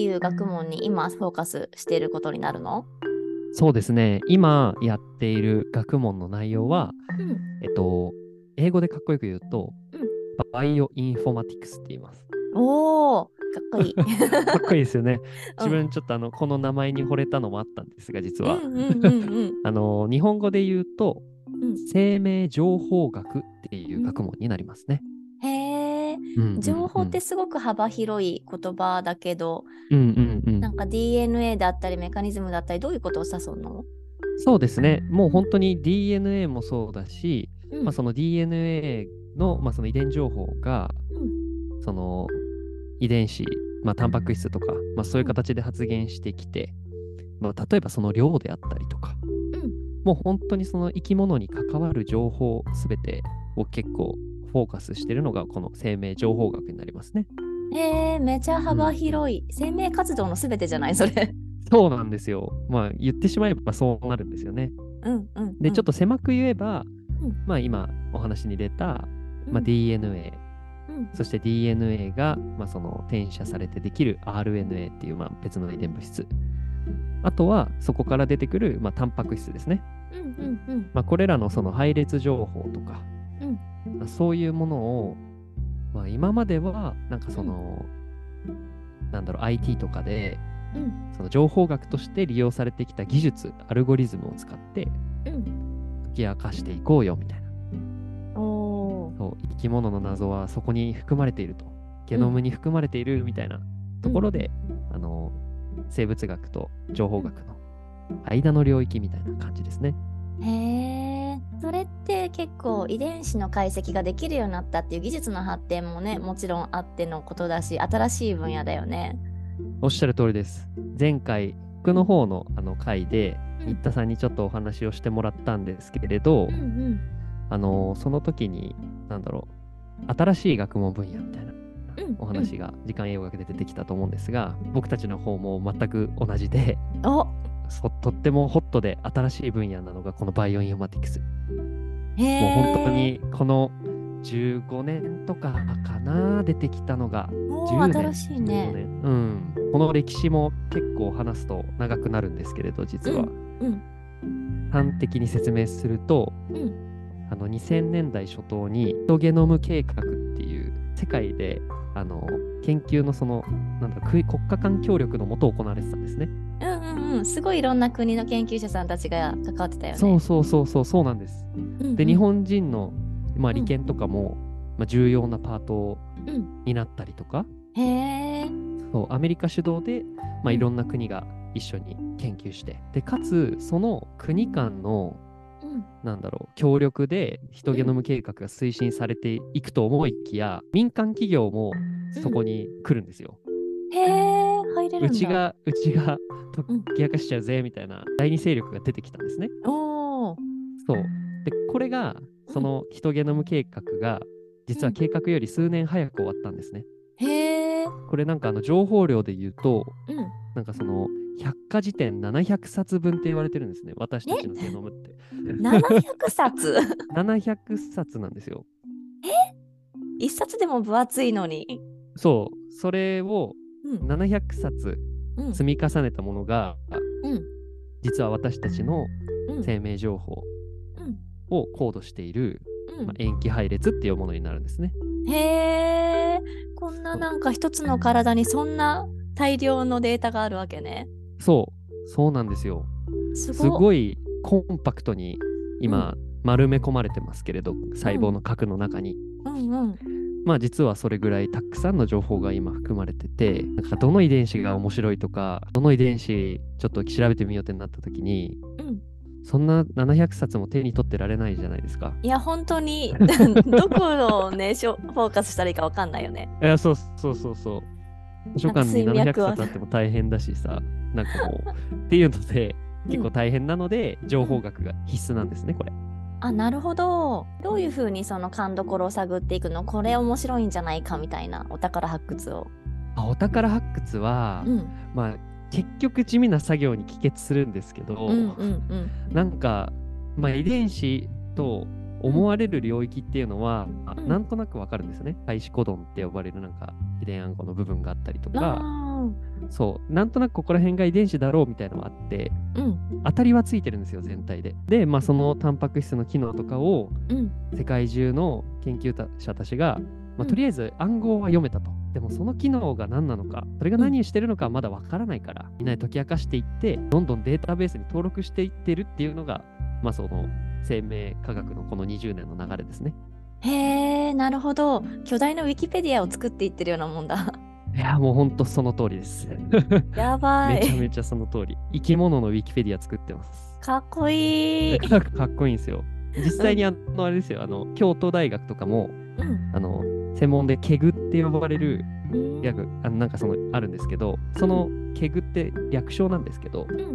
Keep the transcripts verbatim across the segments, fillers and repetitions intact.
いう学問に今フォーカスしていることになるの？ そうですね。今やっている学問の内容は、 うん、 えっと、英語でかっこよく言うと、 うん。 バイオインフォマティクスって言います。 おー、かっこいい。 かっこいいですよね。 うん、 自分ちょっとあの、この名前に惚れたのもあったんですが、実うん、 は。 うん、うん、うん。 あの、日本語で言うと、 うん、 生命情報学っていうん。 う学問になりますね。 へえ、 うんうんうん。 情報ってすごく幅広い言葉だけど、 うんうんうん。 なんか ディーエヌエー だったりメカニズムだったり、どういうことを指すの？ そうですね。もううん、 本当に ディーエヌエー もそうだし、まあ、 うん、 その ディーエヌエー の、まあ、その遺伝情報が、 うん、 その遺伝子、まあ、タンパク質とか、まあ、そういううん、 形で発現してきて、まあ、例えばその量であったりとか、 うん。 もう本当にその生き物に関わる情報すべてを結構フォーカスしているのがこの生命情報学になりますね。 へえ、めちゃ幅うんうん。 広い。生命活動のすべてじゃないそれ？ そうなんですよ。まあ言ってしまえばそうなるんですよね。 うん、うん、 で、 うん、 ちょっと狭く言えば、 うん、 まあ今お話に出た、まあ、 うん、 ディーエヌエー、 うん、 そして ディーエヌエー が、まあ、その転写されてできる アールエヌエー っていう、まあ、別の遺伝物質。あとはそこから出てくる、まあ、タンパク質ですね。 うん、うん、うん、 まあ、これらのその配列情報とか、 うん、 まあ、そういうものを、まあ、今まではなんかうん、 その、なんだろう、アイティー とかでうん、 その情報学として利用されてきた技術、アルゴリズムを使ってうん。 解き明かしていこうよみたいな。 おー、 そう、生き物の謎はそこに含まれていると。ゲノムうん、 に含まれているみたいなうん、 ところで、あの、生物学と情うん。 報学の間の領域みたいな感じですね。 へえ、それって結構遺伝子の解析ができるようになったっていう技術の発展もね、もちろんあってのことだし、新しい分野だよね。 おっしゃる通りです。前回、僕の方のあの回で、 うん、 新田さんにちょっとお話をしてもらったんですけれど、 うん、うん、 あの、その時に、なんだろう、新しい学問分野みたいなうん、 おうん。 話が時間栄養学で出てきたと思うんですが、僕たちの方も全く同じで、 お、 そとってもホットで新しい分野なのがこのバイオインフォマティクス。 へもう本当え、 にこのじゅうごねんとかかな、出てきたのが10 おー、新年、 しいね。 じゅうごねん。うん。この歴史も結構話すと長くなるんですけれど、実は。 うん、うん、 端的に説明すると、 うん、 あのにせんねんだい初頭にヒトゲノム計画っていう世界であの研究のそのなんだ国国家間協力のもと行われてたんですね。 うん、うん、うん。すごいいろんな国の研究者さんたちが関わってたよね。 そうそうそうそうそうなんです。 うん、 で、 うん、 日本人の、まあ、 うん、 利権とかも、まあ、重要なパートうん。 になったりとか、 へえ、 そうアメリカ主導で、まあ、 うん、 いろんな国が一緒に研究して、で、かつその国間のうん、 なんだろう、協力でヒトうん、 ゲノム計画が推進されていくと思いきや、民間企業もうん。 そこに来るんですよ。 へえ、入れるんだ。 うちが、うちが解うん。 き明かしちゃうぜみたいな第二勢力が出てきたんですね。 おー。 そう。で、これが、そうん、 のヒトゲノム計画が、実はうん。 計画より数年早く終わったんですね。 へえ、 これなんかあの情報量で言うと、 うん。 なんかその百科事典ななひゃくさつぶんって言われてるんですね。私たちのえ、 ゲノムって。 ななひゃくさつ？ ななひゃくさつなんですよ。 一冊でも分厚いのに。 そう、それをうん、 ななひゃくさつうん、 積み重ねたものが、 うん、 実は私たちのうん、 生命情報うん、 をコードしている、まあ、 うん。 塩基配列っていうものになるんですね。 へえ、こんなそうなんか一つの体にそんな大量のデータがあるわけね。 そう、そうなんですよ。すすごっ。 ごいコンパクトにうん、 今丸め込まれてますけれど、細胞うん、 の核の中に。 うん、うん。 まあ実はそれぐらいたくさんの情報が今含まれてて、なんかどの遺伝子が面白いとか、どの遺伝子ちょっと調べてみようってなった時に、 うん。 そんなななひゃくさつも手に取ってられないじゃないですか。 いや、本当にどこをね、しょフォーカスしたらいいかわかんないよね。 いや、そうそうそうそう。図書館になんか水 700 脈は。 冊あっても大変だしさ、なんかもう、っていうので、 うん、 結構大変なので、情うん。 報学が必須なんですね、これ。 あ、なるほど。どういうふうにその勘どころを探っていくの？これ面白いんじゃないかみたいなお宝発掘を。 あ、お宝発掘は、 うん、 まあ、結局地味な作業に帰結するんですけうん、 ど、 うん、うん、 なんか、まあ、遺伝子とうん、 思われる領域っていうのは、 うん。 なんとなくわかるんですよね。開始コドンって呼ばれるなんか遺伝暗号の部分があったりとか、 ああ、 そう、なんとなくここら辺が遺伝子だろうみたいなのがあって、 うん。 当たりはついてるんですよ、全体で。で、まあ、そのタンパク質の機能とかをうん。 世界中の研究者たちが、まあ、とりあえず暗号は読めたと。でもその機能が何なのか、それが何をしてるのかはまだわからないから、みんなで解き明かしていって、どんどんデータベースに登録していってるっていうのが、まあ、その生命科学のこのにじゅうねんの流れですね。 へえ、なるほど。巨大なウィキペディアを作っていってるようなもんだ。 いや、もうほんとその通りです。 やばい。 めちゃめちゃその通り。生き物のウィキペディア作ってます。 かっこいい。 かかっこいいんですよ。実際にあの、あれですよ、あの、京都大学とかも、 うん。 あの、専門でケグって呼ばれるうん。 略、あの、なんかその、あるんですけど、そのケグって略称なんですけど、 うん。うん。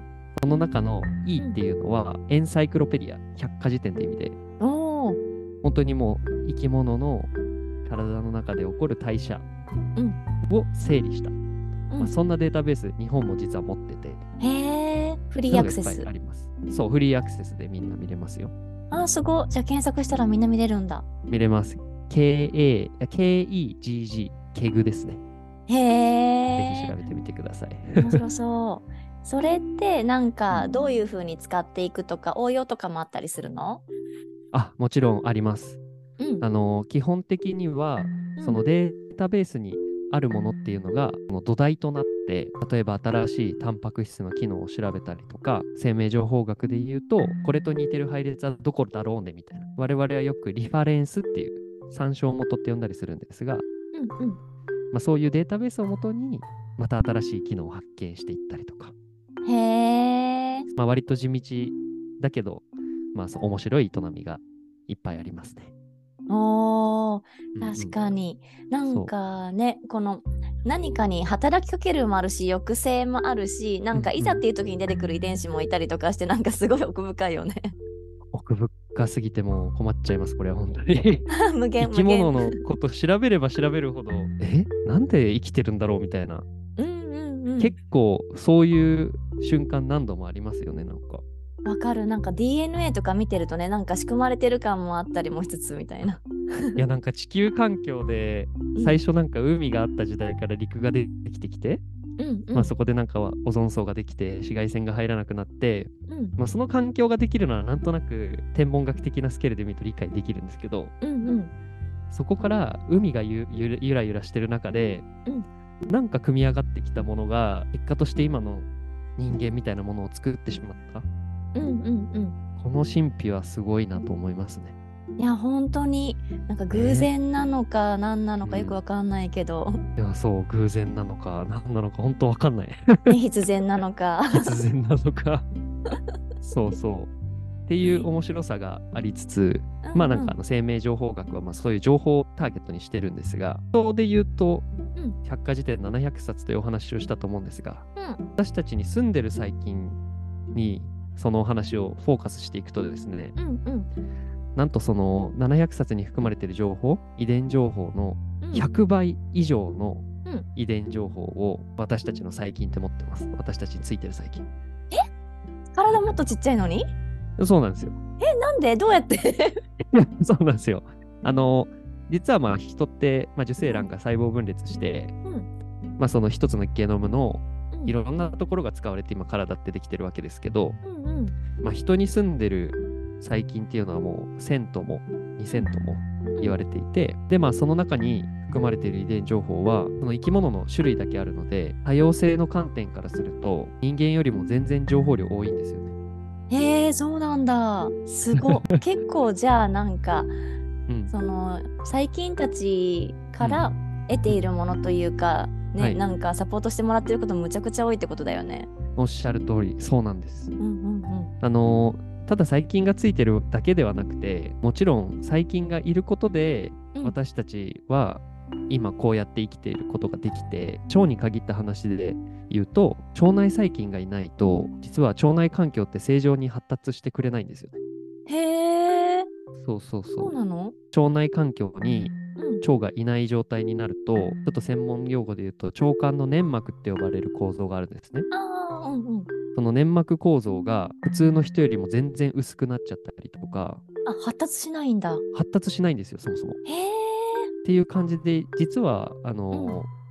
その中の E っていうのは、エンサイクロペディア、百科事典って意味で、 おお。 本当にもう生き物の体の中で起こる代謝うん。 を整理した。 うまあ、 ん。 そんなデータベース、日本も実は持ってて、 へえ、フリそういうのがいっぱいーアクセス。 あります。そう、フリーアクセスでみんな見れますよ。 あー、すごい。じゃあ検索したらみんな見れるんだ。 見れます。ケーエー、ケーイージージー、ケグですね。 へえ。 ぜひ調べてみてください。 面白そう。それってなんうかんどういう風に使っていくとか応用とかもあったりするの？ あ、もちろんあります。 うん。 あの、基本的には、そのデータベースにあるものっていうのが、この土台となって、例えば新しいタンパク質の機能を調べたりとか、生命情報学で言うと、これと似てる配列はどこだろうねみたいな。我々はよくリファレンスっていう参照元って呼んだりするんですが、 うんうん。 まあ、そういうデータベースをもとに、また新しい機能を発見していったりとか、 へえ。 まあ、割と地道だけど、まあ、そう面白い営みがいっぱいありますね。 おー、 うんうん確かに。なんそう。 かね、この何かに働きかけるもあるし、抑制もあるし、なんかいざっていう時に出てくる遺伝子もいたりとかして、なんかすごい奥深いよね。 奥深すぎてもう困っちゃいます、これは本当に。 無生限無限。 き物のこと調べれば調べるほど、えなんで生きてるんだろうみたいな。 うんうんうん。 結構そういう瞬間何度もありますよね、なんか。 わかる。なんか ディーエヌエー とか見てるとね、なんか仕組まれてる感もあったりもしつつみたいな。 いや、なんか地球環境でうん最初なんか海があった時代から陸が出てきてきて、 うんうんまあそこでなんかはオゾン層ができて紫外線が入らなくなって、 うんまあその環境ができるのはなんとなく天文学的なスケールで見ると理解できるんですけど、 うんうんそこから海がゆゆゆらゆらしてる中で、 うんなんか組み上がってきたものが結果として今の人間みたいなものを作ってしまった。 うんうんこの神秘はすごいなと思いますね。 うん。いや本当になんか偶然なのか何なのかよくわかんないけど、 いや、そう、偶然なのか、何なのか、本当わかんない。 ね、必然なのか。 必然なのか。そうそう。っていう面白さがありつつ、まあなんかあの生命情報学はまあそういう情報をターゲットにしてるんですが、そうで言うと、 うん百科事典ななひゃくさつというお話をしたと思うんですが、 うん私たちに住んでる細菌にそのお話をフォーカスしていくとですね、 うんうんなんとそのななひゃくさつに含まれている情報、遺伝情報のうんひゃくばい以上のうん遺伝情報を私たちの細菌って持ってます。私たちについてる細菌。 体もっとちっちゃいのに？ そうなんですよ。 え、なんでどうやって？ そうなんですよ。あの、実はまあ人って、まあ、受精卵が細胞分裂して、 うんまあその一つのゲノムのうんいろんなところが使われて今体ってできてるわけですけど、 うんうんまあ、人に住んでる細菌っていうのはもうせんともにせんとも言われていて、でまあその中に含まれている遺伝情報はその生き物の種類だけあるので、多様性の観点からすると人間よりも全然情報量多いんですよね。 へえ、そうなんだ。すご。結構じゃあなんかうん、 その細菌たちかうら得ているものというか、ね、 はいなんかサポートしてもらってることもむちゃくちゃ多いってことだよね。 おっしゃる通り、そうなんです。 うんうんあのただ細菌がついてるだけではなくて、もちろん細菌がいることでうん私たちは今こうやって生きていることができて、腸に限った話で言うと、腸内細菌がいないと実は腸内環境って正常に発達してくれないんですよね。 うん。へえ、 そうそうそそうう。 なの？ 腸内環境にうん腸がいない状態になると、ちょっと専門用語で言うと腸管の粘膜って呼ばれる構造があるんですね。 ああ、うんうん。 その粘膜構造が普通の人よりも全然薄くなっちゃったりとか、 あ、発達しないんだ。 発達しないんですよ、そもそも。っへえ。 ていう感じで、実は、あの、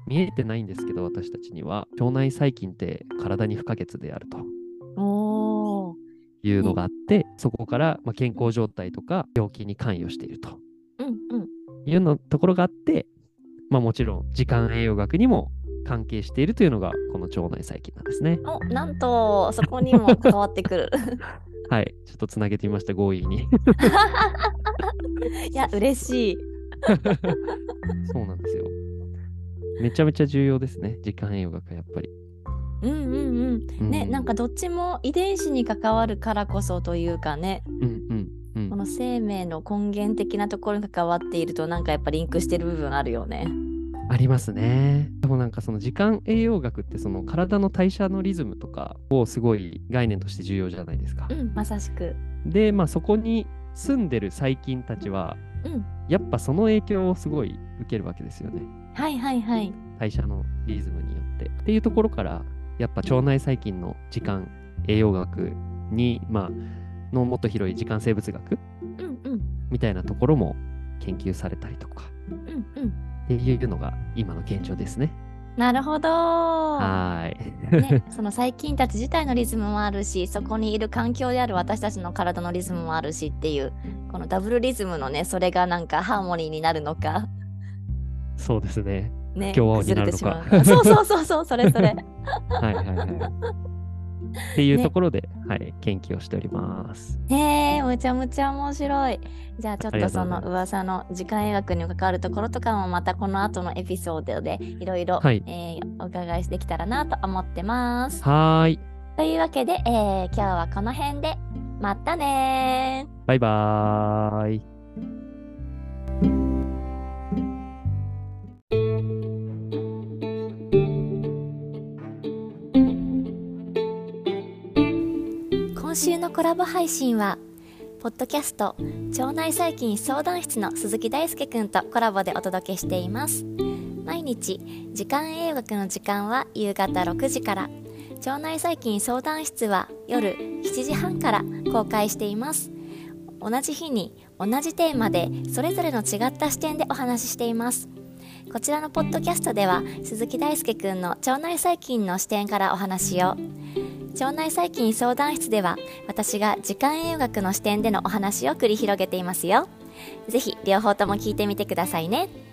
見えてないんですけど、私たちには腸内細菌って体に不可欠であるとおー。 いうのがあって、ね、そこから、まあ、健康状態とか病気に関与しているとうんうん。 いうのところがあって、まあ、もちろん時間栄養学にも関係しているというのがこの腸内細菌なんですね。 お、なんとそこにも関わってくる。 はい、ちょっとつなげてみました、強引に。 いや、嬉しい。 そうなんですよ。めちゃめちゃ重要ですね、時間栄養学はやっぱり。 うんうんうん。ね、なんかどっちも遺伝子に関わるからこそというかね、 うんうんうん、 この生命の根源的なところに関わっていると、なんかやっぱリンクしてる部分あるよね。 ありますね。でもなんかその時間栄養学ってその体の代謝のリズムとかをすごい概念として重要じゃないですか。 うん、まさしく。 で、まあそこに住んでる細菌たちは、 うん、 やっぱその影響をすごい受けるわけですよね。 はいはいはい。 代謝のリズムによって。っていうところから、やっぱ腸内細菌の時間栄養学に、まあ、のもっと広い時間生物学うんうんみたいなところも研究されたりとかうんうん。 っていうのが今の現状ですね。 なるほど。 はーい。 ね、その細菌たち自体のリズムもあるし、そこにいる環境である私たちの体のリズムもあるしっていう、このダブルリズムのね、それがなんかハーモニーになるのか、 そうですね。 ね、 不協和音に崩れなるのか。 てしまうのか。そうそうそうそう、それそれ。 はいはいはい。っていうところで、はい、研究をしております。 へえ、むちゃむちゃ面白い。じゃあちょっとその噂の時間栄学に関わるところとかもまたこの後のエピソードでいろいろお伺いできたらなと思ってます。 はーい。 というわけで、えー、今日はこの辺で。またねー。 バイバーイ。 今週のコラボ配信はポッドキャスト腸内細菌相談室の鈴木大輔くんとコラボでお届けしています。毎日時間栄養学の時間は夕方ろくじから、腸内細菌相談室は夜しちじはんから公開しています。同じ日に同じテーマでそれぞれの違った視点でお話ししています。こちらのポッドキャストでは鈴木大輔くんの腸内細菌の視点からお話を、腸内細菌相談室では私が時間栄養学の視点でのお話を繰り広げていますよ。ぜひ両方とも聞いてみてくださいね。